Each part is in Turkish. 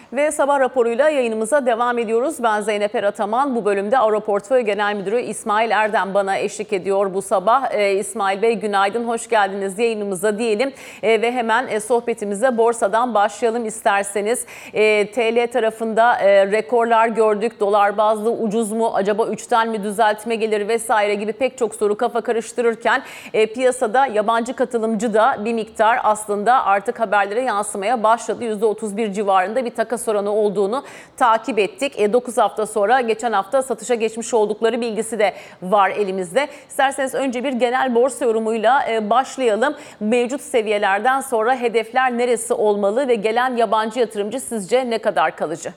Ve sabah raporuyla yayınımıza devam ediyoruz. Ben Zeynep Erataman. Bu bölümde Agroportföy Genel Müdürü İsmail Erdem bana eşlik ediyor bu sabah. İsmail Bey günaydın, hoş geldiniz yayınımıza diyelim. Ve hemen sohbetimize borsadan başlayalım isterseniz. TL tarafında rekorlar gördük. Dolar bazlı ucuz mu? Acaba 3'ten mi düzeltme gelir vesaire gibi pek çok soru kafa karıştırırken piyasada yabancı katılımcı da bir miktar aslında artık haberlere yansımaya başladı. %31 civarında bir takas oranı olduğunu takip ettik. 9 hafta sonra geçen hafta satışa geçmiş oldukları bilgisi de var elimizde. İsterseniz önce bir genel borsa yorumuyla başlayalım. Mevcut seviyelerden sonra hedefler neresi olmalı ve gelen yabancı yatırımcı sizce ne kadar kalıcı?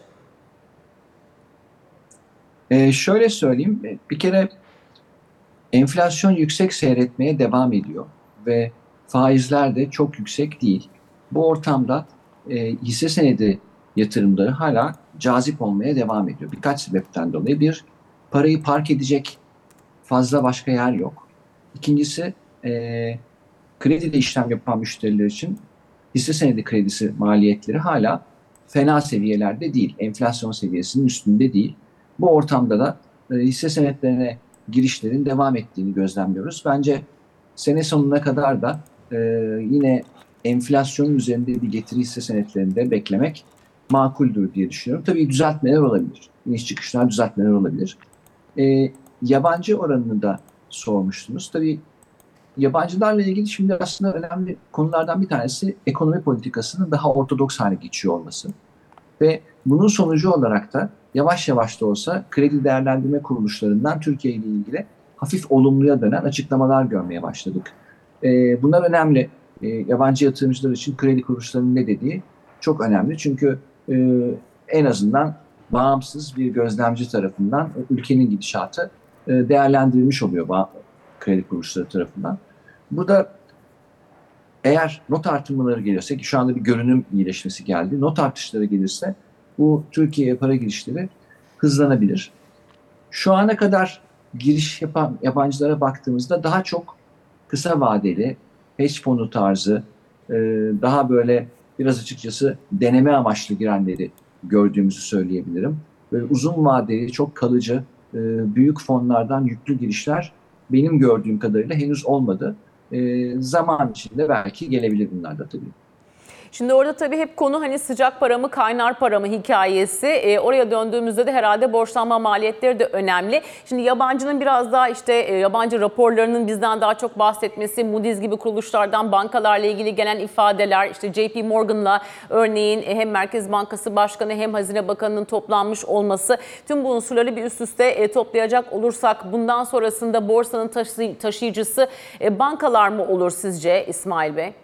Şöyle söyleyeyim, bir kere enflasyon yüksek seyretmeye devam ediyor ve faizler de çok yüksek değil. Bu ortamda hisse senedi yatırımları hala cazip olmaya devam ediyor. Birkaç sebepten dolayı. Bir, parayı park edecek fazla başka yer yok. İkincisi, krediyle işlem yapan müşteriler için hisse senedi kredisi maliyetleri hala fena seviyelerde değil. Enflasyon seviyesinin üstünde değil. Bu ortamda da hisse senetlerine girişlerin devam ettiğini gözlemliyoruz. Bence sene sonuna kadar da yine enflasyonun üzerinde bir getiri hisse senetlerinde beklemek makuldür diye düşünüyorum. Tabii düzeltmeler olabilir. İniş çıkışlar düzeltmeler olabilir. Yabancı oranını da sormuştunuz. Tabii yabancılarla ilgili şimdi aslında önemli konulardan bir tanesi ekonomi politikasının daha ortodoks hale geçiyor olması. Ve bunun sonucu olarak da yavaş yavaş da olsa kredi değerlendirme kuruluşlarından Türkiye ile ilgili hafif olumluya dönen açıklamalar görmeye başladık. Bunlar önemli. Yabancı yatırımcılar için kredi kuruluşlarının ne dediği çok önemli. Çünkü en azından bağımsız bir gözlemci tarafından ülkenin gidişatı değerlendirilmiş oluyor kredi kuruluşları tarafından. Burada eğer not artırmaları gelirse ki şu anda bir görünüm iyileşmesi geldi. Not artışları gelirse bu Türkiye'ye para girişleri hızlanabilir. Şu ana kadar giriş yapan yabancılara baktığımızda daha çok kısa vadeli, hedge fonu tarzı, daha böyle biraz açıkçası deneme amaçlı girenleri gördüğümüzü söyleyebilirim. Böyle uzun vadeli, çok kalıcı, büyük fonlardan yüklü girişler benim gördüğüm kadarıyla henüz olmadı. Zaman içinde belki gelebilir bunlar da tabii. Şimdi orada tabii hep konu hani sıcak para mı kaynar para mı hikayesi. Oraya döndüğümüzde de herhalde borçlanma maliyetleri de önemli. Şimdi yabancının biraz daha işte yabancı raporlarının bizden daha çok bahsetmesi, Moody's gibi kuruluşlardan bankalarla ilgili gelen ifadeler, işte JP Morgan'la örneğin hem Merkez Bankası Başkanı hem Hazine Bakanı'nın toplanmış olması, tüm bu unsurları bir üst üste toplayacak olursak bundan sonrasında borsanın taşıyıcısı bankalar mı olur sizce İsmail Bey?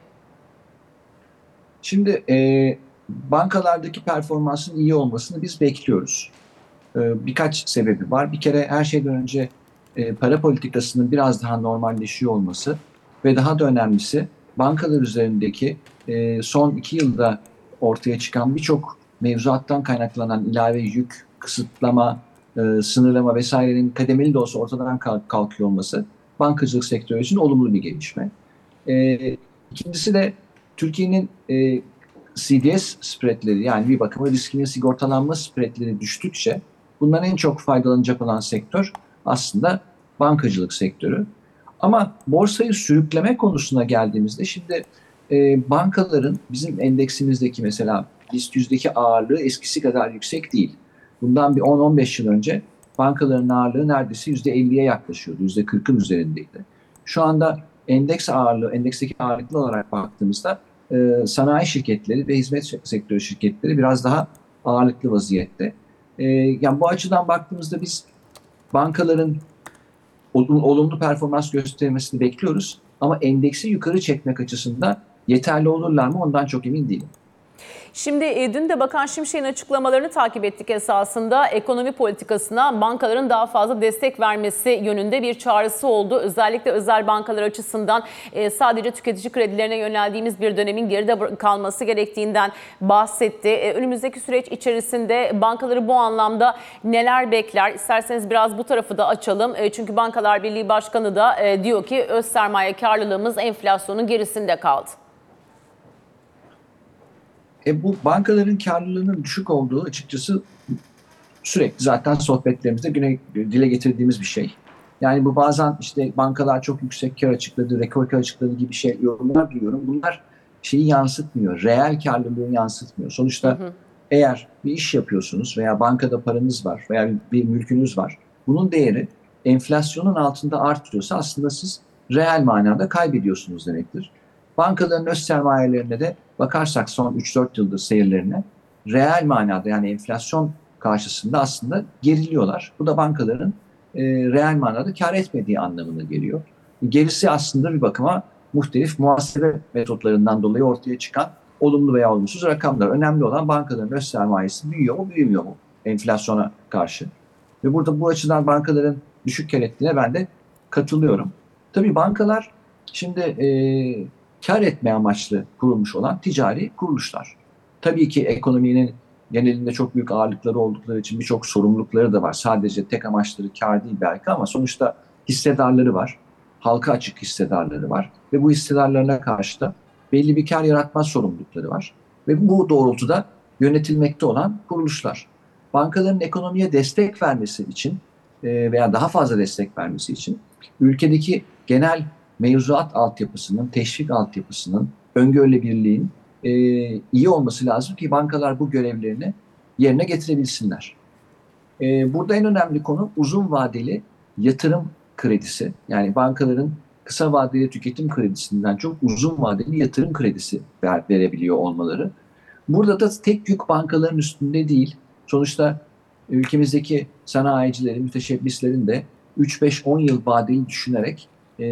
Şimdi bankalardaki performansın iyi olmasını biz bekliyoruz. Birkaç sebebi var. Bir kere her şeyden önce para politikasının biraz daha normalleşiyor olması ve daha da önemlisi bankalar üzerindeki son 2 yılda ortaya çıkan birçok mevzuattan kaynaklanan ilave yük, kısıtlama, sınırlama vesairenin kademeli de olsa ortadan kalkıyor olması bankacılık sektörü için olumlu bir gelişme. İkincisi de Türkiye'nin CDS spreadleri yani bir bakıma riskinin sigortalanma spreadleri düştükçe bundan en çok faydalanacak olan sektör aslında bankacılık sektörü. Ama borsayı sürükleme konusuna geldiğimizde şimdi bankaların bizim endeksimizdeki mesela BIST 100'deki ağırlığı eskisi kadar yüksek değil. Bundan bir 10-15 yıl önce bankaların ağırlığı neredeyse %50'ye yaklaşıyordu. %40'ın üzerindeydi. Şu anda endeks ağırlığı, endeksteki ağırlıklı olarak baktığımızda sanayi şirketleri ve hizmet sektörü şirketleri biraz daha ağırlıklı vaziyette. Yani bu açıdan baktığımızda biz bankaların olumlu performans göstermesini bekliyoruz. Ama endeksi yukarı çekmek açısından yeterli olurlar mı ondan çok emin değilim. Şimdi dün de Bakan Şimşek'in açıklamalarını takip ettik esasında. Ekonomi politikasına bankaların daha fazla destek vermesi yönünde bir çağrısı oldu. Özellikle özel bankalar açısından sadece tüketici kredilerine yöneldiğimiz bir dönemin geride kalması gerektiğinden bahsetti. Önümüzdeki süreç içerisinde bankaları bu anlamda neler bekler? İsterseniz biraz bu tarafı da açalım. Çünkü Bankalar Birliği Başkanı da diyor ki öz sermaye karlılığımız enflasyonun gerisinde kaldı. Bu bankaların karlılığının düşük olduğu açıkçası sürekli zaten sohbetlerimizde dile getirdiğimiz bir şey. Yani bu bazen işte bankalar çok yüksek kar açıkladı, rekor kar açıkladı gibi yorumlar duyuyorum. Bunlar şeyi yansıtmıyor, reel karlılığı yansıtmıyor. Sonuçta eğer bir iş yapıyorsunuz veya bankada paranız var veya bir mülkünüz var, bunun değeri enflasyonun altında artıyorsa aslında siz reel manada kaybediyorsunuz demektir. Bankaların öz sermayelerine de bakarsak son 3-4 yıldır seyirlerine reel manada yani enflasyon karşısında aslında geriliyorlar. Bu da bankaların reel manada kar etmediği anlamına geliyor. Gerisi aslında bir bakıma muhtelif muhasebe metotlarından dolayı ortaya çıkan olumlu veya olumsuz rakamlar. Önemli olan bankaların öz sermayesi büyüyor mu büyümüyor mu enflasyona karşı. Ve burada bu açıdan bankaların düşük kar ettiğine ben de katılıyorum. Tabii bankalar şimdi kar etme amaçlı kurulmuş olan ticari kuruluşlar. Tabii ki ekonominin genelinde çok büyük ağırlıkları oldukları için birçok sorumlulukları da var. Sadece tek amaçları kar değil belki ama sonuçta hissedarları var. Halka açık hissedarları var. Ve bu hissedarlarına karşı da belli bir kar yaratma sorumlulukları var. Ve bu doğrultuda yönetilmekte olan kuruluşlar. Bankaların ekonomiye destek vermesi için veya daha fazla destek vermesi için ülkedeki genel mevzuat altyapısının, teşvik altyapısının, öngörülebilirliğin iyi olması lazım ki bankalar bu görevlerini yerine getirebilsinler. Burada en önemli konu uzun vadeli yatırım kredisi. Yani bankaların kısa vadeli tüketim kredisinden çok uzun vadeli yatırım kredisi verebiliyor olmaları. Burada da tek yük bankaların üstünde değil. Sonuçta ülkemizdeki sanayicilerin, müteşebbislerin de 3-5-10 yıl vadeli düşünerek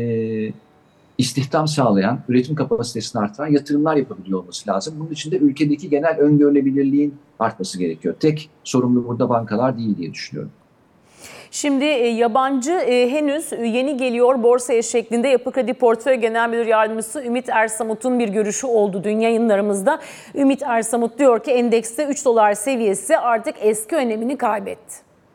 istihdam sağlayan, üretim kapasitesini artıran yatırımlar yapabiliyor olması lazım. Bunun için de ülkedeki genel öngörülebilirliğin artması gerekiyor. Tek sorumlu burada bankalar değil diye düşünüyorum. Şimdi yabancı henüz yeni geliyor borsaya şeklinde Yapı Kredi Portföy Genel Müdür Yardımcısı Ümit Ersamut'un bir görüşü oldu dün yayınlarımızda. Ümit Ersamut diyor ki endekste 3 dolar seviyesi artık eski önemini kaybetti.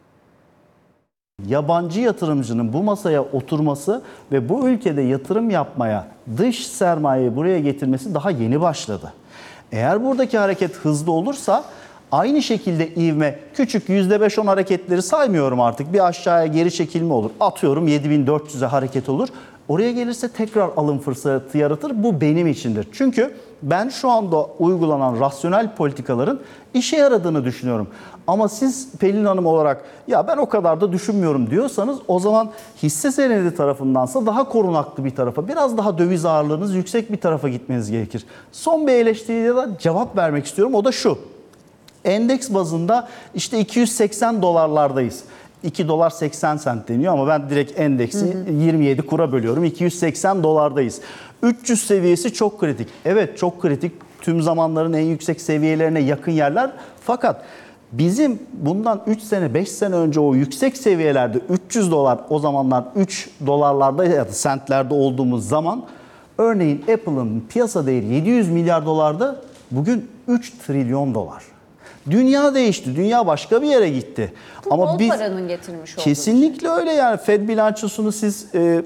Yabancı yatırımcının bu masaya oturması ve bu ülkede yatırım yapmaya, dış sermayeyi buraya getirmesi daha yeni başladı. Eğer buradaki hareket hızlı olursa aynı şekilde ivme, küçük %5-10 hareketleri saymıyorum artık. Bir aşağıya geri çekilme olur. Atıyorum 7400'e hareket olur. Oraya gelirse tekrar alım fırsatı yaratır. Bu benim içindir. Çünkü ben şu anda uygulanan rasyonel politikaların işe yaradığını düşünüyorum. Ama siz Pelin Hanım olarak ya ben o kadar da düşünmüyorum diyorsanız o zaman hisse senedi tarafındansa daha korunaklı bir tarafa, biraz daha döviz ağırlığınız yüksek bir tarafa gitmeniz gerekir. Son bir eleştiriye de cevap vermek istiyorum. O da şu. Endeks bazında işte 280 dolarlardayız. 2 dolar 80 sent deniyor ama ben direkt endeksi 27 kura bölüyorum. 280 dolardayız. 300 seviyesi çok kritik. Evet çok kritik. Tüm zamanların en yüksek seviyelerine yakın yerler. Fakat bizim bundan 3 sene 5 sene önce o yüksek seviyelerde 300 dolar o zamanlar 3 dolarlarda ya da sentlerde olduğumuz zaman örneğin Apple'ın piyasa değeri 700 milyar dolarda bugün 3 trilyon dolar. Dünya değişti. Dünya başka bir yere gitti. Bu ama bol paranın getirmiş olduğu kesinlikle öyle yani. Fed bilançosunu siz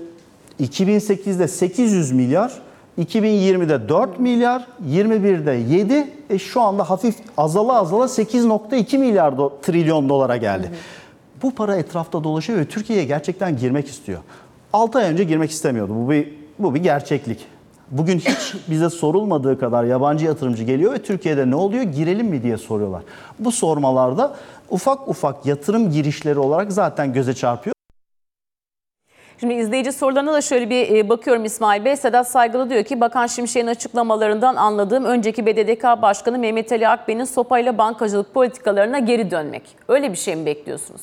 2008'de 800 milyar, 2020'de 4 milyar, 21'de 7, şu anda hafif azala 8,2 milyar trilyon dolara geldi. Bu para etrafta dolaşıyor ve Türkiye'ye gerçekten girmek istiyor. 6 ay önce girmek istemiyordu. Bu bir gerçeklik. Bugün hiç bize sorulmadığı kadar yabancı yatırımcı geliyor ve Türkiye'de ne oluyor, girelim mi diye soruyorlar. Bu sormalarda ufak ufak yatırım girişleri olarak zaten göze çarpıyor. Şimdi izleyici sorularına da şöyle bir bakıyorum İsmail Bey. Sedat Saygılı diyor ki Bakan Şimşek'in açıklamalarından anladığım önceki BDDK Başkanı Mehmet Ali Akbey'in sopayla bankacılık politikalarına geri dönmek. Öyle bir şey mi bekliyorsunuz?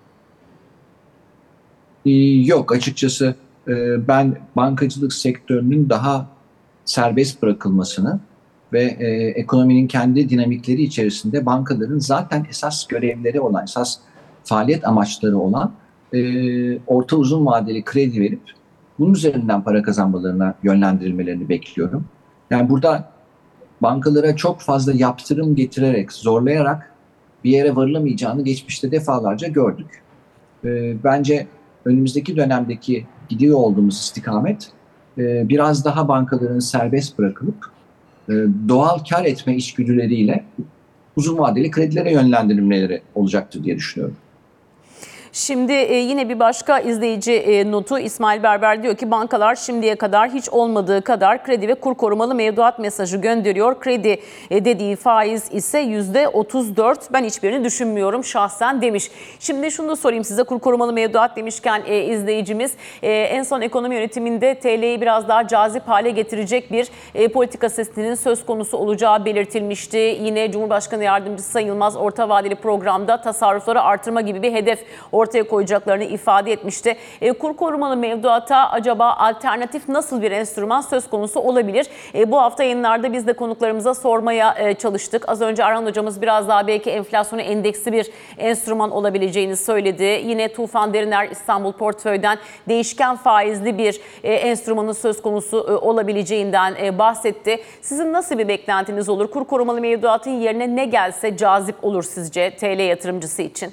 Yok açıkçası ben bankacılık sektörünün daha serbest bırakılmasını ve ekonominin kendi dinamikleri içerisinde bankaların zaten esas görevleri olan, esas faaliyet amaçları olan orta uzun vadeli kredi verip bunun üzerinden para kazanmalarına yönlendirilmelerini bekliyorum. Yani burada bankalara çok fazla yaptırım getirerek, zorlayarak bir yere varılamayacağını geçmişte defalarca gördük. Bence önümüzdeki dönemdeki gidiyor olduğumuz istikamet biraz daha bankaların serbest bırakılıp doğal kar etme içgüdüleriyle uzun vadeli kredilere yönlendirilmeleri olacaktır diye düşünüyorum. Şimdi yine bir başka izleyici notu İsmail Berber diyor ki bankalar şimdiye kadar hiç olmadığı kadar kredi ve kur korumalı mevduat mesajı gönderiyor. Kredi dediği faiz ise %34. Ben hiçbirini düşünmüyorum şahsen demiş. Şimdi şunu da sorayım size, kur korumalı mevduat demişken izleyicimiz en son ekonomi yönetiminde TL'yi biraz daha cazip hale getirecek bir politika sesinin söz konusu olacağı belirtilmişti. Yine Cumhurbaşkanı Yardımcısı Sayın Yılmaz orta vadeli programda tasarrufları artırma gibi bir hedef ortaya koyacaklarını ifade etmişti. Kur korumalı mevduata acaba alternatif nasıl bir enstrüman söz konusu olabilir? Bu hafta yayınlarda biz de konuklarımıza sormaya çalıştık. Az önce Arhan hocamız biraz daha belki enflasyonu endeksli bir enstrüman olabileceğini söyledi. Yine Tufan Deriner İstanbul Portföy'den değişken faizli bir enstrümanın söz konusu olabileceğinden bahsetti. Sizin nasıl bir beklentiniz olur? Kur korumalı mevduatın yerine ne gelse cazip olur sizce TL yatırımcısı için?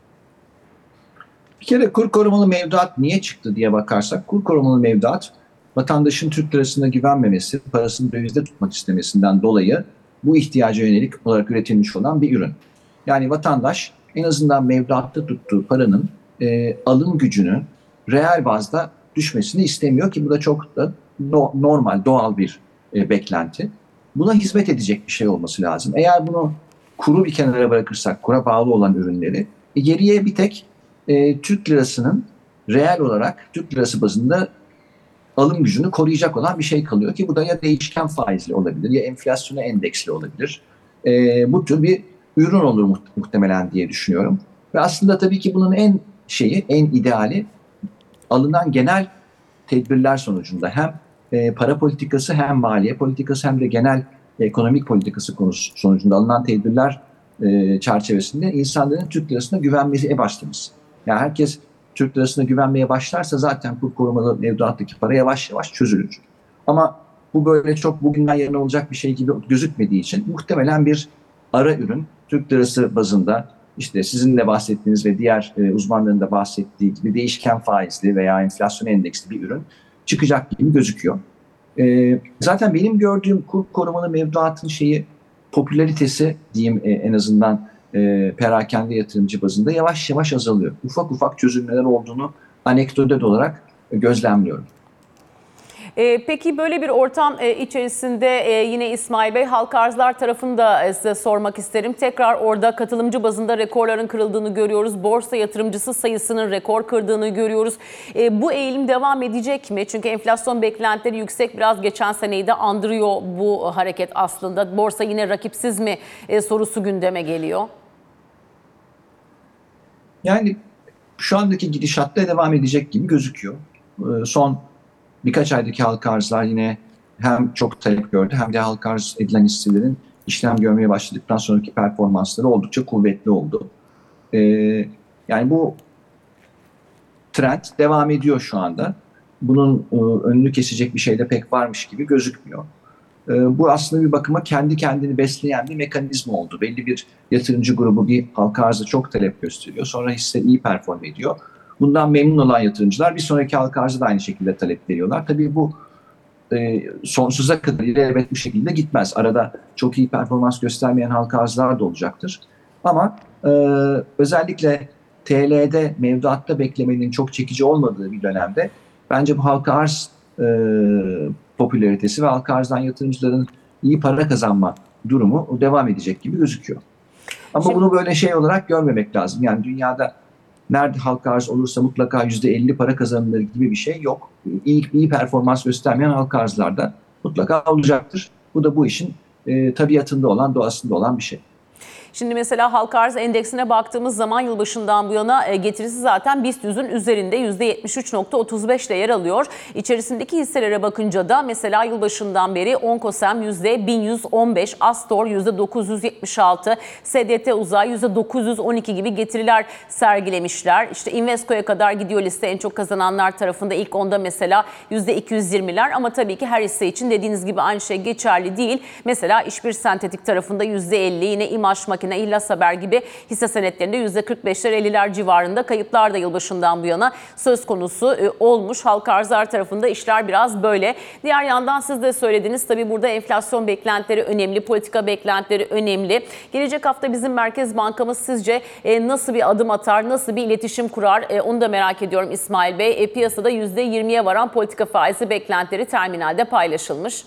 Bir kere kur korumalı mevduat niye çıktı diye bakarsak, kur korumalı mevduat vatandaşın Türk lirasına güvenmemesi, parasını dövizde tutmak istemesinden dolayı bu ihtiyaca yönelik olarak üretilmiş olan bir ürün. Yani vatandaş en azından mevduatta tuttuğu paranın alım gücünün reel bazda düşmesini istemiyor ki bu da çok da normal, doğal bir beklenti. Buna hizmet edecek bir şey olması lazım. Eğer bunu kuru bir kenara bırakırsak, kura bağlı olan ürünleri, geriye bir tek Türk lirasının reel olarak Türk lirası bazında alım gücünü koruyacak olan bir şey kalıyor ki bu da ya değişken faizli olabilir ya enflasyona endeksli olabilir. Bu tür bir ürün olur muhtemelen diye düşünüyorum. Ve aslında tabii ki bunun en ideali alınan genel tedbirler sonucunda hem para politikası hem maliye politikası hem de genel ekonomik politikası konusu sonucunda alınan tedbirler çerçevesinde insanların Türk lirasına güvenmeye başlaması. Yani herkes Türk lirasına güvenmeye başlarsa zaten kur korumalı mevduattaki para yavaş yavaş çözülür. Ama bu böyle çok bugünden yarına olacak bir şey gibi gözükmediği için muhtemelen bir ara ürün Türk lirası bazında işte sizin de bahsettiğiniz ve diğer uzmanların da bahsettiği gibi değişken faizli veya enflasyon endeksli bir ürün çıkacak gibi gözüküyor. Zaten benim gördüğüm kur korumalı mevduatın popülaritesi diyeyim en azından perakende yatırımcı bazında yavaş yavaş azalıyor. Ufak ufak çözülmeler olduğunu anekdotal olarak gözlemliyorum. Peki böyle bir ortam içerisinde yine İsmail Bey, halka arzlar tarafını da size sormak isterim. Tekrar orada katılımcı bazında rekorların kırıldığını görüyoruz. Borsa yatırımcısı sayısının rekor kırdığını görüyoruz. Bu eğilim devam edecek mi? Çünkü enflasyon beklentileri yüksek, biraz geçen seneyi de andırıyor bu hareket aslında. Borsa yine rakipsiz mi sorusu gündeme geliyor. Yani şu andaki gidişatta devam edecek gibi gözüküyor. Son birkaç aydaki halka arzlar yine hem çok talep gördü hem de halka arz edilen hisselerin işlem görmeye başladıktan sonraki performansları oldukça kuvvetli oldu. Yani bu trend devam ediyor şu anda. Bunun önünü kesecek bir şey de pek varmış gibi gözükmüyor. Bu aslında bir bakıma kendi kendini besleyen bir mekanizma oldu. Belli bir yatırımcı grubu bir halka arza çok talep gösteriyor. Sonra hisse iyi perform ediyor. Bundan memnun olan yatırımcılar bir sonraki halka arzı da aynı şekilde talep veriyorlar. Tabii bu sonsuza kadar elbet bu şekilde gitmez. Arada çok iyi performans göstermeyen halka arzlar da olacaktır. Ama özellikle TL'de mevduatta beklemenin çok çekici olmadığı bir dönemde bence bu halka arz popülaritesi ve halka arzdan yatırımcıların iyi para kazanma durumu devam edecek gibi gözüküyor. Ama bunu böyle olarak görmemek lazım. Yani dünyada nerede halka arz olursa mutlaka %50 para kazanılır gibi bir şey yok. İyi performans göstermeyen halka arzlarda mutlaka olacaktır. Bu da bu işin tabiatında olan, doğasında olan bir şey. Şimdi mesela halka arz endeksine baktığımız zaman yılbaşından bu yana getirisi zaten BIST 100'ün üzerinde %73.35 ile yer alıyor. İçerisindeki hisselere bakınca da mesela yılbaşından beri Onkosem %1115, Astor %976, SDT Uzay %912 gibi getiriler sergilemişler. İşte Invesco'ya kadar gidiyor liste en çok kazananlar tarafında. İlk onda mesela %220'ler ama tabii ki her hisse için dediğiniz gibi aynı şey geçerli değil. Mesela İşbir Sentetik tarafında %50, yine İmaj Maket Makine, İhlas Haber gibi hisse senetlerinde %45'ler 50'ler civarında kayıplar da yılbaşından bu yana söz konusu olmuş. Halka arzlar tarafında işler biraz böyle. Diğer yandan siz de söylediniz, tabii burada enflasyon beklentileri önemli, politika beklentileri önemli. Gelecek hafta bizim Merkez Bankamız sizce nasıl bir adım atar, nasıl bir iletişim kurar? Onu da merak ediyorum İsmail Bey. Piyasada %20'ye varan politika faizi beklentileri terminalde paylaşılmış.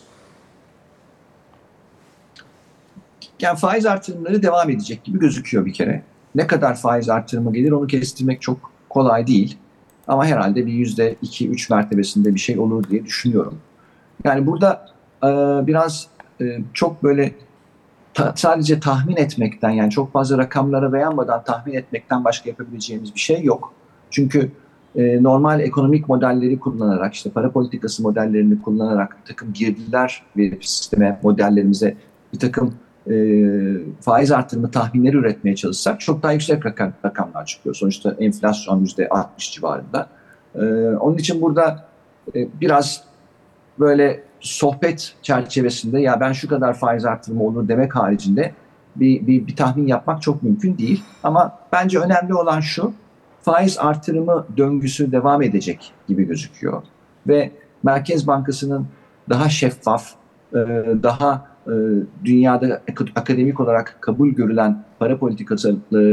Yani faiz artırımları devam edecek gibi gözüküyor bir kere. Ne kadar faiz artırımı gelir onu kestirmek çok kolay değil. Ama herhalde bir %2-3 mertebesinde bir şey olur diye düşünüyorum. Yani burada biraz çok böyle sadece tahmin etmekten, yani çok fazla rakamlara dayanmadan tahmin etmekten başka yapabileceğimiz bir şey yok. Çünkü normal ekonomik modelleri kullanarak, işte para politikası modellerini kullanarak bir takım girdiler verip sisteme, modellerimize bir takım faiz artırımı tahminleri üretmeye çalışsak çok daha yüksek rakamlar çıkıyor. Sonuçta enflasyon %60 civarında. Onun için burada biraz böyle sohbet çerçevesinde ya ben şu kadar faiz artırımı olur demek haricinde bir tahmin yapmak çok mümkün değil. Ama bence önemli olan şu, faiz artırımı döngüsü devam edecek gibi gözüküyor. Ve Merkez Bankası'nın daha şeffaf, daha dünyada akademik olarak kabul görülen para politikası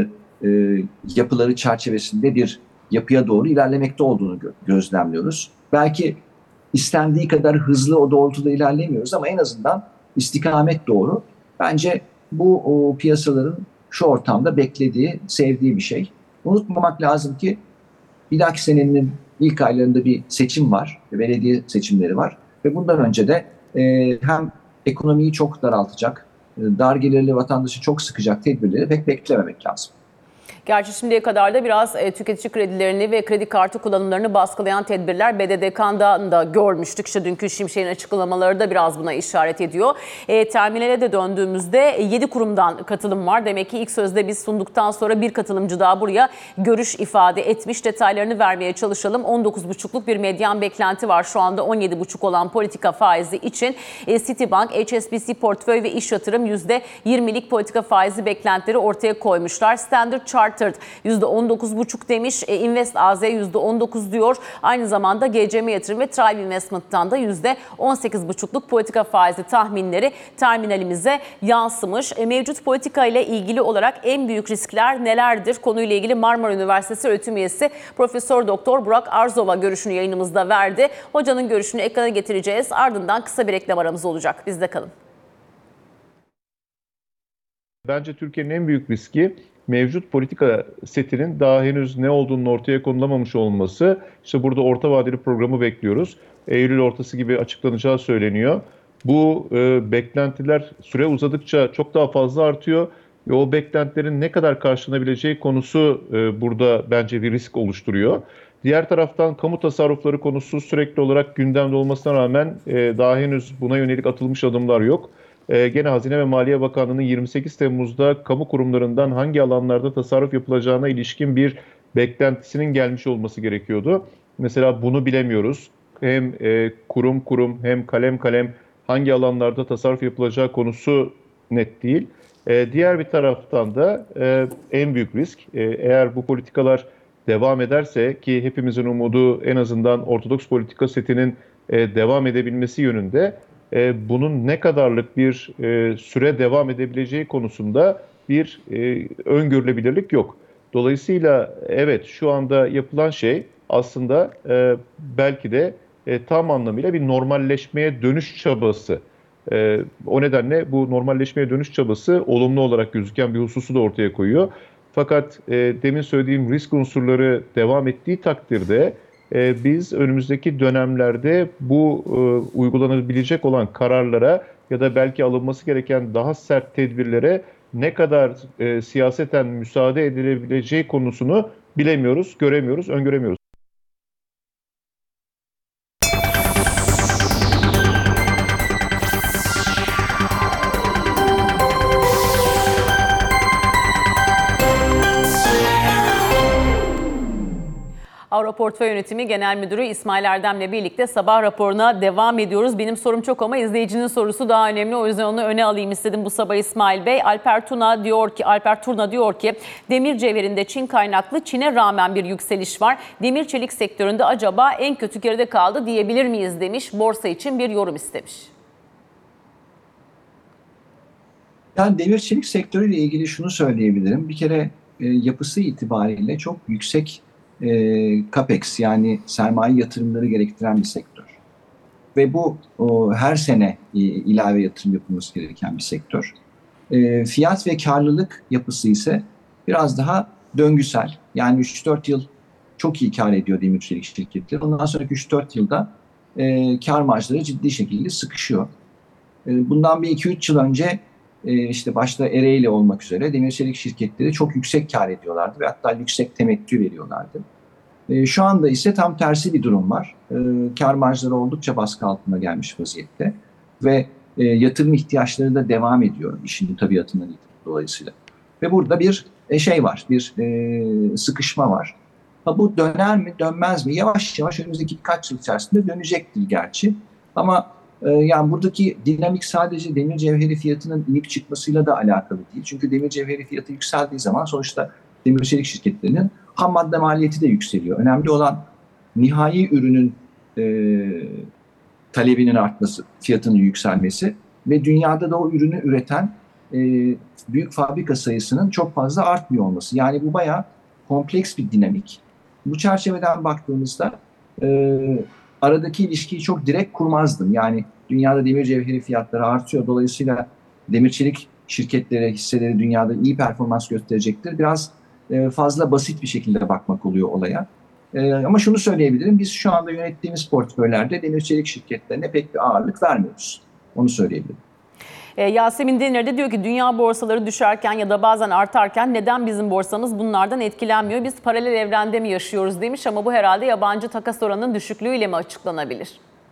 yapıları çerçevesinde bir yapıya doğru ilerlemekte olduğunu gözlemliyoruz. Belki istendiği kadar hızlı o doğrultuda ilerlemiyoruz ama en azından istikamet doğru. Bence bu piyasaların şu ortamda beklediği, sevdiği bir şey. Unutmamak lazım ki bir dahaki senenin ilk aylarında bir seçim var, belediye seçimleri var ve bundan önce de hem ekonomiyi çok daraltacak, dar gelirli vatandaşı çok sıkacak tedbirleri pek beklememek lazım. Gerçi şimdiye kadar da biraz tüketici kredilerini ve kredi kartı kullanımlarını baskılayan tedbirler BDDK'dan da görmüştük. İşte dünkü Şimşek'in açıklamaları da biraz buna işaret ediyor. Terminale de döndüğümüzde 7 kurumdan katılım var. Demek ki ilk sözde biz sunduktan sonra bir katılımcı daha buraya görüş ifade etmiş. Detaylarını vermeye çalışalım. 19,5'luk bir medyan beklenti var şu anda 17,5 olan politika faizi için. Citibank, HSBC Portföy ve İş Yatırım %20'lik politika faizi beklentileri ortaya koymuşlar. Standard Chartered %19,5 demiş. Invest AZ %19 diyor. Aynı zamanda GCM Yatırım ve Tribe Investment'tan da %18,5'luk politika faizi tahminleri terminalimize yansımış. Mevcut politika ile ilgili olarak en büyük riskler nelerdir? Konuyla ilgili Marmara Üniversitesi öğretim üyesi Profesör Doktor Burak Arzova görüşünü yayınımızda verdi. Hocanın görüşünü ekrana getireceğiz. Ardından kısa bir reklam aramız olacak. Bizde kalın. Bence Türkiye'nin en büyük riski mevcut politika setinin daha henüz ne olduğunu ortaya konulamamış olması. İşte burada orta vadeli programı bekliyoruz. Eylül ortası gibi açıklanacağı söyleniyor. Bu beklentiler süre uzadıkça çok daha fazla artıyor. Ve o beklentilerin ne kadar karşılanabileceği konusu burada bence bir risk oluşturuyor. Diğer taraftan kamu tasarrufları konusu sürekli olarak gündemde olmasına rağmen daha henüz buna yönelik atılmış adımlar yok. Gene Hazine ve Maliye Bakanlığı'nın 28 Temmuz'da kamu kurumlarından hangi alanlarda tasarruf yapılacağına ilişkin bir beklentisinin gelmiş olması gerekiyordu. Mesela bunu bilemiyoruz. Hem kurum kurum hem kalem kalem hangi alanlarda tasarruf yapılacağı konusu net değil. Diğer bir taraftan da en büyük risk eğer bu politikalar devam ederse ki hepimizin umudu en azından ortodoks politika setinin devam edebilmesi yönünde. Bunun ne kadarlık bir süre devam edebileceği konusunda bir öngörülebilirlik yok. Dolayısıyla evet şu anda yapılan şey aslında belki de tam anlamıyla bir normalleşmeye dönüş çabası. O nedenle bu normalleşmeye dönüş çabası olumlu olarak gözüken bir hususu da ortaya koyuyor. Fakat demin söylediğim risk unsurları devam ettiği takdirde biz önümüzdeki dönemlerde bu uygulanabilecek olan kararlara ya da belki alınması gereken daha sert tedbirlere ne kadar siyaseten müsaade edilebileceği konusunu bilemiyoruz, göremiyoruz, öngöremiyoruz. Avroportföy Yönetimi Genel Müdürü İsmail Erdem'le birlikte sabah raporuna devam ediyoruz. Benim sorum çok ama izleyicinin sorusu daha önemli. O yüzden onu öne alayım istedim bu sabah İsmail Bey. Alper Turna diyor ki demir cevherinde Çin kaynaklı Çin'e rağmen bir yükseliş var. Demir çelik sektöründe acaba en kötü geride kaldı diyebilir miyiz demiş. Borsa için bir yorum istemiş. Yani demir çelik sektörüyle ilgili şunu söyleyebilirim. Bir kere yapısı itibariyle çok yüksek capex yani sermaye yatırımları gerektiren bir sektör. Ve bu her sene ilave yatırım yapılması gereken bir sektör. Fiyat ve karlılık yapısı ise biraz daha döngüsel. Yani 3-4 yıl çok iyi kar ediyor demir çelik şirketleri. Ondan sonraki 3-4 yılda kar marjları ciddi şekilde sıkışıyor. Bundan bir 2-3 yıl önce işte başta Ereğli olmak üzere demir çelik şirketleri çok yüksek kar ediyorlardı ve hatta yüksek temettü veriyorlardı. Şu anda ise tam tersi bir durum var. Kar marjları oldukça baskı altına gelmiş vaziyette ve yatırım ihtiyaçları da devam ediyor işin tabiatından dolayısıyla. Ve burada bir şey var, bir sıkışma var. Bu döner mi, dönmez mi? Yavaş yavaş önümüzdeki birkaç yıl içerisinde dönecektir gerçi. Ama yani buradaki dinamik sadece demir cevheri fiyatının inip çıkmasıyla da alakalı değil. Çünkü demir cevheri fiyatı yükseldiği zaman sonuçta demir çelik şirketlerinin ham madde maliyeti de yükseliyor. Önemli olan nihai ürünün talebinin artması, fiyatının yükselmesi ve dünyada da o ürünü üreten büyük fabrika sayısının çok fazla artmıyor olması. Yani bu bayağı kompleks bir dinamik. Bu çerçeveden baktığımızda aradaki ilişkiyi çok direkt kurmazdım. Yani dünyada demir cevheri fiyatları artıyor. Dolayısıyla demir çelik şirketleri, hisseleri dünyada iyi performans gösterecektir. Biraz fazla basit bir şekilde bakmak oluyor olaya. Ama şunu söyleyebilirim. Biz şu anda yönettiğimiz portföylerde demir çelik şirketlerine pek bir ağırlık vermiyoruz. Onu söyleyebilirim. Yasemin Denir de diyor ki dünya borsaları düşerken ya da bazen artarken neden bizim borsamız bunlardan etkilenmiyor? Biz paralel evrende mi yaşıyoruz demiş ama bu herhalde yabancı takas oranının düşüklüğüyle mi açıklanabilir?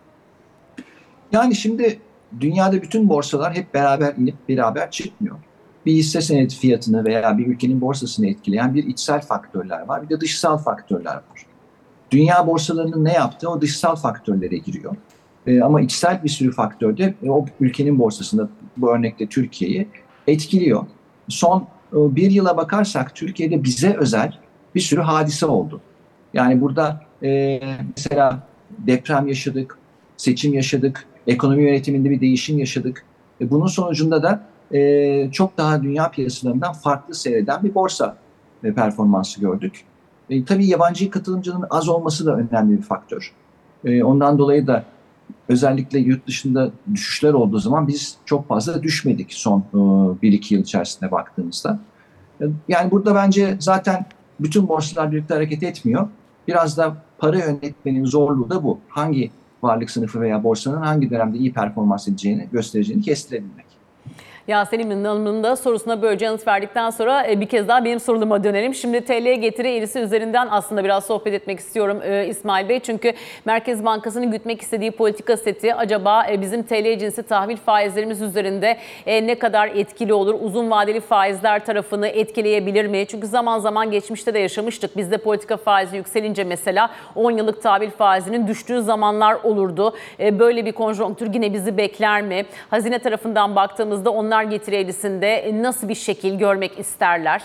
Yani şimdi dünyada bütün borsalar hep beraber inip beraber çıkmıyor. Bir hisse senedi fiyatını veya bir ülkenin borsasını etkileyen bir içsel faktörler var. Bir de dışsal faktörler var. Dünya borsalarının ne yaptığı o dışsal faktörlere giriyor. Ama içsel bir sürü faktör de o ülkenin borsasında, bu örnekte Türkiye'yi etkiliyor. Son bir yıla bakarsak Türkiye'de bize özel bir sürü hadise oldu. Yani burada mesela deprem yaşadık, seçim yaşadık, ekonomi yönetiminde bir değişim yaşadık. Bunun sonucunda da çok daha dünya piyasalarından farklı seyreden bir borsa performansı gördük. Tabii yabancı katılımcının az olması da önemli bir faktör. Ondan dolayı da özellikle yurt dışında düşüşler olduğu zaman biz çok fazla düşmedik son 1-2 yıl içerisinde baktığımızda. Yani burada bence zaten bütün borsalar birlikte hareket etmiyor. Biraz da para yönetmenin zorluğu da bu. Hangi varlık sınıfı veya borsanın hangi dönemde iyi performans edeceğini, göstereceğini kestirebilmek. Yasemin Hanım'ın da sorusuna böylece yanıt verdikten sonra bir kez daha benim soruluma dönelim. Şimdi TL getiri eğrisi üzerinden aslında biraz sohbet etmek istiyorum İsmail Bey. Çünkü Merkez Bankası'nın gütmek istediği politika seti acaba bizim TL cinsi tahvil faizlerimiz üzerinde ne kadar etkili olur? Uzun vadeli faizler tarafını etkileyebilir mi? Çünkü zaman zaman geçmişte de yaşamıştık. Bizde politika faizi yükselince mesela 10 yıllık tahvil faizinin düştüğü zamanlar olurdu. Böyle bir konjonktür yine bizi bekler mi? Hazine tarafından baktığımızda onlar getiri eğrisinde nasıl bir şekil görmek isterler?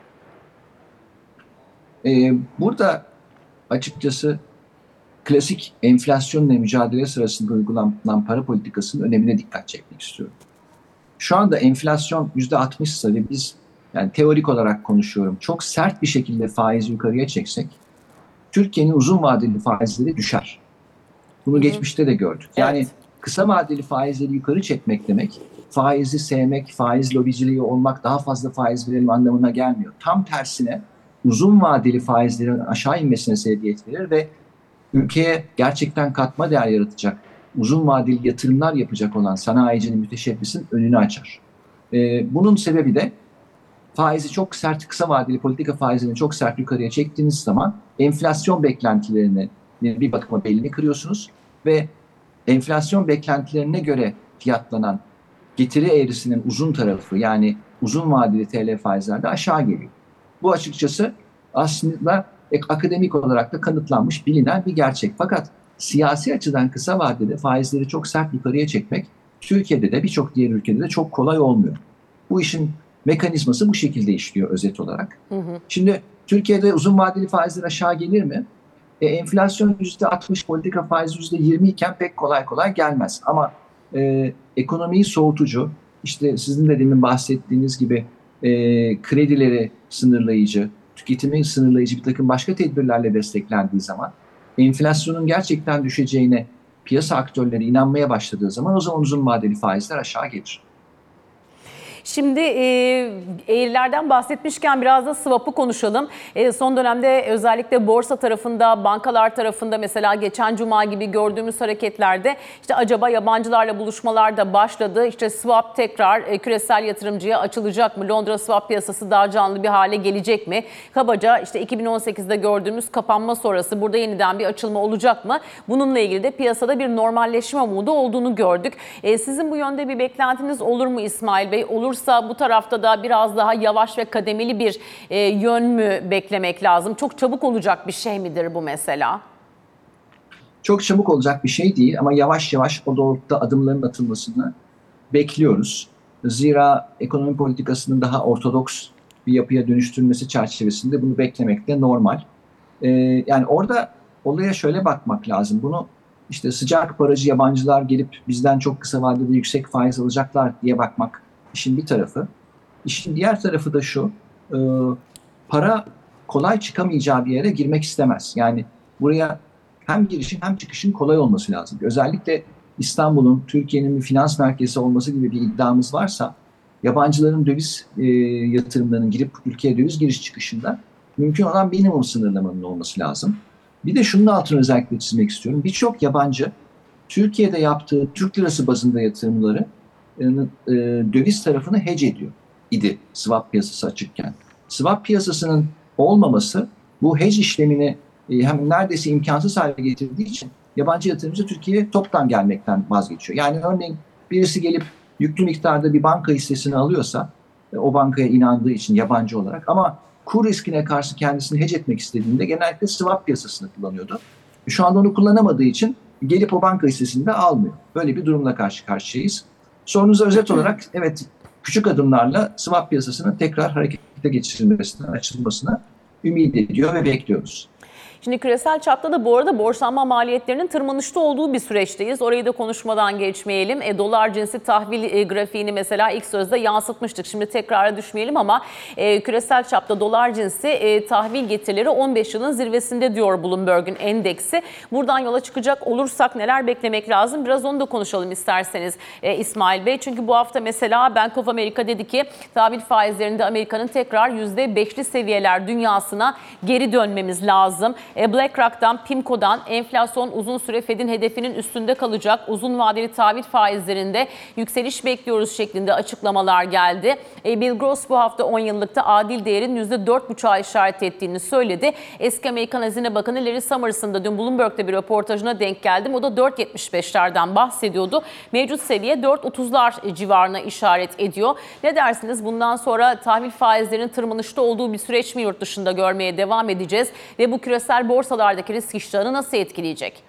Burada açıkçası klasik enflasyonla mücadele sırasında uygulanan para politikasının önemine dikkat çekmek istiyorum. Şu anda enflasyon %60 ise ve biz yani teorik olarak konuşuyorum çok sert bir şekilde faizi yukarıya çeksek Türkiye'nin uzun vadeli faizleri düşer. Bunu geçmişte de gördük. Yani evet. Kısa vadeli faizleri yukarı çekmek demek, faizi sevmek, faiz lobiciliği olmak, daha fazla faiz verelim anlamına gelmiyor. Tam tersine uzun vadeli faizlerin aşağı inmesine sebebiyet verir ve ülkeye gerçekten katma değer yaratacak, uzun vadeli yatırımlar yapacak olan sanayicinin, müteşebbisin önünü açar. Bunun sebebi de faizi çok sert, kısa vadeli politika faizlerini çok sert yukarıya çektiğiniz zaman enflasyon beklentilerini bir bakıma belini kırıyorsunuz ve enflasyon beklentilerine göre fiyatlanan getiri eğrisinin uzun tarafı yani uzun vadeli TL faizlerde aşağı geliyor. Bu açıkçası aslında akademik olarak da kanıtlanmış, bilinen bir gerçek. Fakat siyasi açıdan kısa vadede faizleri çok sert yukarıya çekmek Türkiye'de de birçok diğer ülkede de çok kolay olmuyor. Bu işin mekanizması bu şekilde işliyor özet olarak. Şimdi Türkiye'de uzun vadeli faizler aşağı gelir mi? Enflasyon %60, politika faizi %20 iken pek kolay kolay gelmez. Ama ekonomiyi soğutucu, işte sizin de demin bahsettiğiniz gibi kredileri sınırlayıcı, tüketimi sınırlayıcı bir takım başka tedbirlerle desteklendiği zaman, enflasyonun gerçekten düşeceğine piyasa aktörleri inanmaya başladığı zaman o zaman uzun vadeli faizler aşağı gelir. Şimdi eğrilerden bahsetmişken biraz da swap'ı konuşalım. Son dönemde özellikle borsa tarafında, bankalar tarafında mesela geçen cuma gibi gördüğümüz hareketlerde işte acaba yabancılarla buluşmalar da başladı. İşte swap tekrar küresel yatırımcıya açılacak mı? Londra swap piyasası daha canlı bir hale gelecek mi? Kabaca işte 2018'de gördüğümüz kapanma sonrası burada yeniden bir açılma olacak mı? Bununla ilgili de piyasada bir normalleşme umudu olduğunu gördük. Sizin bu yönde bir beklentiniz olur mu İsmail Bey? Olursa bu tarafta da biraz daha yavaş ve kademeli bir yön mü beklemek lazım? Çok çabuk olacak bir şey midir bu mesela? Çok çabuk olacak bir şey değil ama yavaş yavaş o doğrultuda adımların atılmasını bekliyoruz. Zira ekonomi politikasının daha ortodoks bir yapıya dönüştürülmesi çerçevesinde bunu beklemek de normal. Yani orada olaya şöyle bakmak lazım. Bunu işte sıcak paracı yabancılar gelip bizden çok kısa vadede yüksek faiz alacaklar diye bakmak işin bir tarafı. İşin diğer tarafı da şu, para kolay çıkamayacağı bir yere girmek istemez. Yani buraya hem girişin hem çıkışın kolay olması lazım. Özellikle İstanbul'un, Türkiye'nin bir finans merkezi olması gibi bir iddiamız varsa, yabancıların döviz yatırımlarının girip ülkeye döviz giriş çıkışında mümkün olan minimum sınırlamanın olması lazım. Bir de şunun altını özellikle çizmek istiyorum. Birçok yabancı Türkiye'de yaptığı Türk lirası bazında yatırımları döviz tarafını hedge ediyor idi swap piyasası açıkken. Swap piyasasının olmaması bu hedge işlemini hem neredeyse imkansız hale getirdiği için yabancı yatırımcı Türkiye'ye toptan gelmekten vazgeçiyor. Yani örneğin birisi gelip yüklü miktarda bir banka hissesini alıyorsa o bankaya inandığı için yabancı olarak ama kur riskine karşı kendisini hedge etmek istediğinde genellikle swap piyasasını kullanıyordu. Şu anda onu kullanamadığı için gelip o banka hissesini de almıyor. Böyle bir durumla karşı karşıyayız. Sorunuza özet olarak evet küçük adımlarla swap piyasasının tekrar harekete geçirilmesine, açılmasına ümit ediyor ve bekliyoruz. Şimdi küresel çapta da bu arada borçlanma maliyetlerinin tırmanışta olduğu bir süreçteyiz. Orayı da konuşmadan geçmeyelim. Dolar cinsi tahvil grafiğini mesela ilk sözde yansıtmıştık. Şimdi tekrara düşmeyelim ama küresel çapta dolar cinsi tahvil getirileri 15 yılın zirvesinde diyor Bloomberg'un endeksi. Buradan yola çıkacak olursak neler beklemek lazım? Biraz onu da konuşalım isterseniz İsmail Bey. Çünkü bu hafta mesela Bank of America dedi ki tahvil faizlerinde Amerika'nın tekrar %5'li seviyeler dünyasına geri dönmemiz lazım. BlackRock'tan, PIMCO'dan enflasyon uzun süre Fed'in hedefinin üstünde kalacak. Uzun vadeli tahvil faizlerinde yükseliş bekliyoruz şeklinde açıklamalar geldi. Bill Gross bu hafta 10 yıllıkta adil değerin %4,5'a işaret ettiğini söyledi. Eski Amerikan Hazine Bakanı Larry Summers'ın da dün Bloomberg'de bir röportajına denk geldim. O da 4,75'lerden bahsediyordu. Mevcut seviye 4,30'lar civarına işaret ediyor. Ne dersiniz? Bundan sonra tahvil faizlerinin tırmanışta olduğu bir süreç mi yurt dışında görmeye devam edeceğiz? Ve bu küresel borsalardaki risk iştahını nasıl etkileyecek?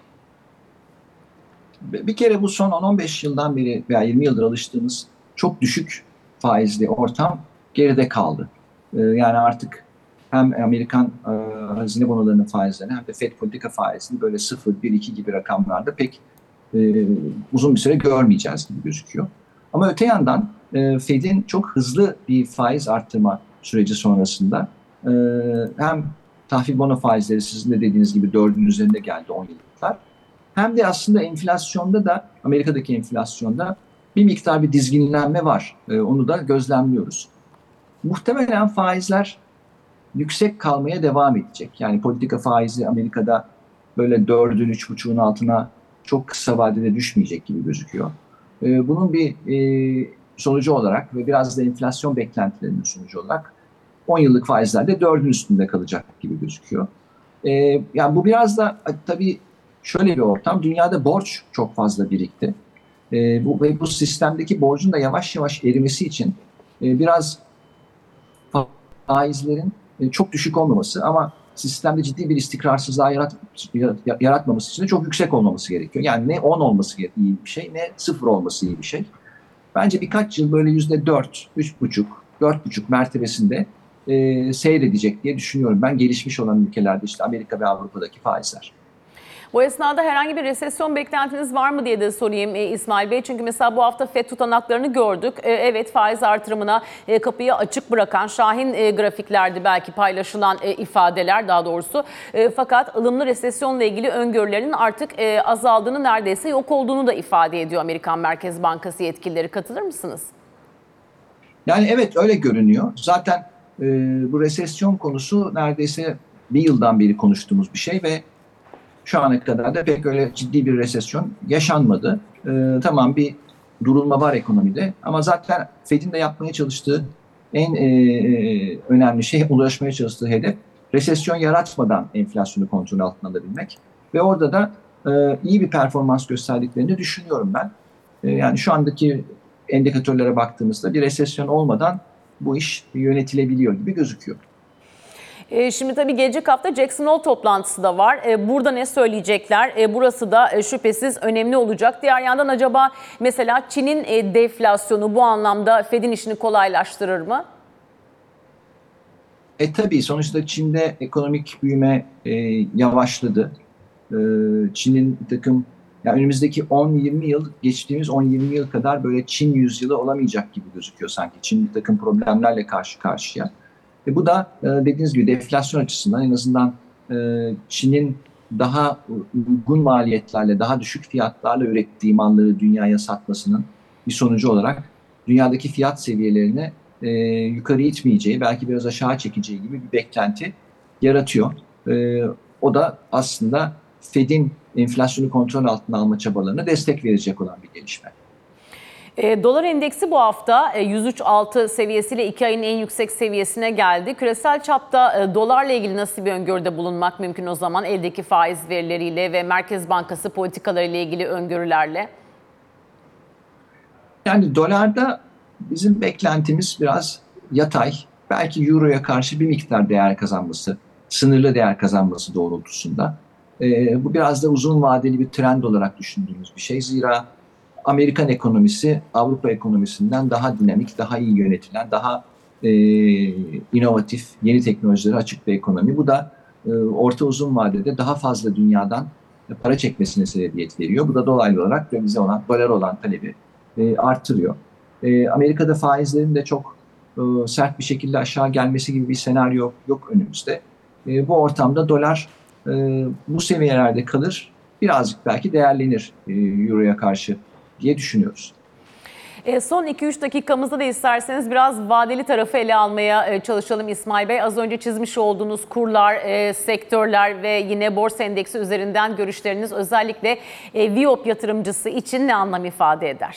Bir kere bu son 10-15 yıldan beri veya 20 yıldır alıştığımız çok düşük faizli ortam geride kaldı. Yani artık hem Amerikan hazine bonolarının faizlerini hem de Fed politika faizini böyle 0, 1, 2 gibi rakamlarda pek uzun bir süre görmeyeceğiz gibi gözüküyor. Ama öte yandan Fed'in çok hızlı bir faiz arttırma süreci sonrasında hem tahvil bono faizleri sizin de dediğiniz gibi 4'ün üzerinde geldi 10 yıllıklar. Hem de aslında enflasyonda da Amerika'daki enflasyonda bir miktar bir dizginlenme var. Onu da gözlemliyoruz. Muhtemelen faizler yüksek kalmaya devam edecek. Yani politika faizi Amerika'da böyle 4'ün 3,5'un altına çok kısa vadede düşmeyecek gibi gözüküyor. Bunun bir sonucu olarak ve biraz da enflasyon beklentilerinin sonucu olarak 10 yıllık faizler de 4'ün üstünde kalacak gibi gözüküyor. Yani bu biraz da tabii şöyle bir ortam. Dünyada borç çok fazla birikti. Bu sistemdeki borcun da yavaş yavaş erimesi için biraz faizlerin çok düşük olmaması ama sistemde ciddi bir istikrarsızlığa yaratmaması için de çok yüksek olmaması gerekiyor. Yani ne 10 olması iyi bir şey, ne 0 olması iyi bir şey. Bence birkaç yıl böyle %4, 3,5, 4,5 mertebesinde seyredecek diye düşünüyorum. Ben gelişmiş olan ülkelerde işte Amerika ve Avrupa'daki faizler. Bu esnada herhangi bir resesyon beklentiniz var mı diye de sorayım İsmail Bey. Çünkü mesela bu hafta FED tutanaklarını gördük. Evet, faiz artırımına kapıyı açık bırakan şahin grafiklerdi belki paylaşılan ifadeler daha doğrusu. Fakat ılımlı resesyonla ilgili öngörülerinin artık azaldığını, neredeyse yok olduğunu da ifade ediyor Amerikan Merkez Bankası yetkilileri. Katılır mısınız? Yani evet, öyle görünüyor. Zaten bu resesyon konusu neredeyse bir yıldan beri konuştuğumuz bir şey ve şu ana kadar da pek öyle ciddi bir resesyon yaşanmadı. Tamam, bir durulma var ekonomide ama zaten Fed'in de yapmaya çalıştığı en önemli şey, ulaşmaya çalıştığı hedef resesyon yaratmadan enflasyonu kontrol altına alabilmek. Ve orada da iyi bir performans gösterdiklerini düşünüyorum ben. Yani şu andaki indikatörlere baktığımızda bir resesyon olmadan bu iş yönetilebiliyor gibi gözüküyor. Şimdi tabii gelecek hafta Jackson Hole toplantısı da var. Burada ne söyleyecekler? Burası da şüphesiz önemli olacak. Diğer yandan acaba mesela Çin'in deflasyonu bu anlamda Fed'in işini kolaylaştırır mı? Tabii sonuçta Çin'de ekonomik büyüme yavaşladı. Çin'in bir takım, yani önümüzdeki 10-20 yıl, geçtiğimiz 10-20 yıl kadar böyle Çin yüzyılı olamayacak gibi gözüküyor sanki. Çin bir takım problemlerle karşı karşıya. Bu da dediğiniz gibi deflasyon açısından en azından Çin'in daha uygun maliyetlerle, daha düşük fiyatlarla ürettiği malları dünyaya satmasının bir sonucu olarak dünyadaki fiyat seviyelerini yukarı itmeyeceği, belki biraz aşağı çekeceği gibi bir beklenti yaratıyor. O da aslında Fed'in enflasyonu kontrol altına alma çabalarına destek verecek olan bir gelişme. Dolar endeksi bu hafta 103.6 seviyesiyle 2 ayın en yüksek seviyesine geldi. Küresel çapta dolarla ilgili nasıl bir öngörüde bulunmak mümkün o zaman eldeki faiz verileriyle ve Merkez Bankası politikalarıyla ilgili öngörülerle? Yani dolarda bizim beklentimiz biraz yatay. Belki Euro'ya karşı bir miktar değer kazanması, sınırlı değer kazanması doğrultusunda. Bu biraz da uzun vadeli bir trend olarak düşündüğümüz bir şey. Zira Amerikan ekonomisi Avrupa ekonomisinden daha dinamik, daha iyi yönetilen, daha inovatif, yeni teknolojilere açık bir ekonomi. Bu da orta uzun vadede daha fazla dünyadan para çekmesine sebebiyet veriyor. Bu da dolaylı olarak dövize olan, dolar olan talebi artırıyor. Amerika'da faizlerin de çok sert bir şekilde aşağı gelmesi gibi bir senaryo yok önümüzde. Bu ortamda dolar bu seviyelerde kalır, birazcık belki değerlenir Euro'ya karşı diye düşünüyoruz. Son 2-3 dakikamızda da isterseniz biraz vadeli tarafı ele almaya çalışalım İsmail Bey. Az önce çizmiş olduğunuz kurlar, sektörler ve yine borsa endeksi üzerinden görüşleriniz özellikle Viyop yatırımcısı için ne anlam ifade eder?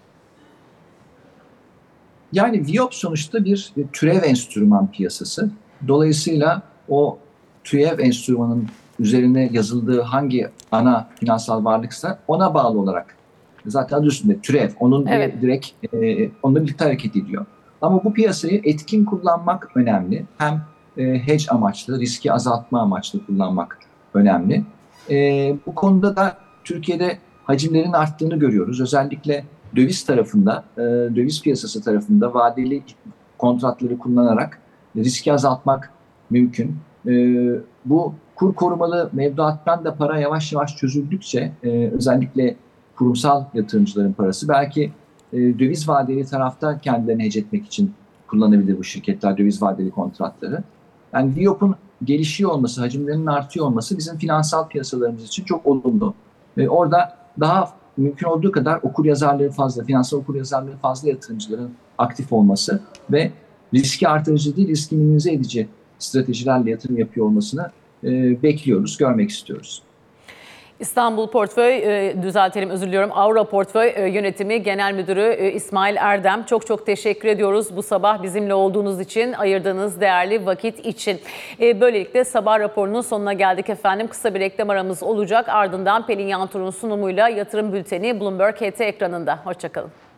Yani Viyop sonuçta bir türev enstrüman piyasası. Dolayısıyla o türev enstrümanın üzerine yazıldığı hangi ana finansal varlıksa ona bağlı olarak, zaten adı üstünde türev, onun evet, direkt onunla birlikte hareket ediyor. Ama bu piyasayı etkin kullanmak önemli. Hem hedge amaçlı, riski azaltma amaçlı kullanmak önemli. Bu konuda da Türkiye'de hacimlerin arttığını görüyoruz. Özellikle döviz tarafında, döviz piyasası tarafında vadeli kontratları kullanarak riski azaltmak mümkün. Bu kur korumalı mevduattan da para yavaş yavaş çözüldükçe özellikle kurumsal yatırımcıların parası belki döviz vadeli tarafta kendilerini hedge etmek için kullanabilir bu şirketler döviz vadeli kontratları. Yani Viyop'un gelişiyor olması, hacimlerinin artıyor olması bizim finansal piyasalarımız için çok olumlu. Orada daha mümkün olduğu kadar okuryazarlığı fazla, finansal okuryazarlığı fazla yatırımcıların aktif olması ve riski artırıcı değil, riski minimize edici stratejilerle yatırım yapıyor olmasını bekliyoruz, görmek istiyoruz. İstanbul Portföy, özür diliyorum, Avro Portföy Yönetimi Genel Müdürü İsmail Erdem. Çok teşekkür ediyoruz bu sabah bizimle olduğunuz için, ayırdığınız değerli vakit için. Böylelikle sabah raporunun sonuna geldik efendim. Kısa bir reklam aramız olacak. Ardından Pelin Yantur'un sunumuyla yatırım bülteni Bloomberg HT ekranında. Hoşçakalın.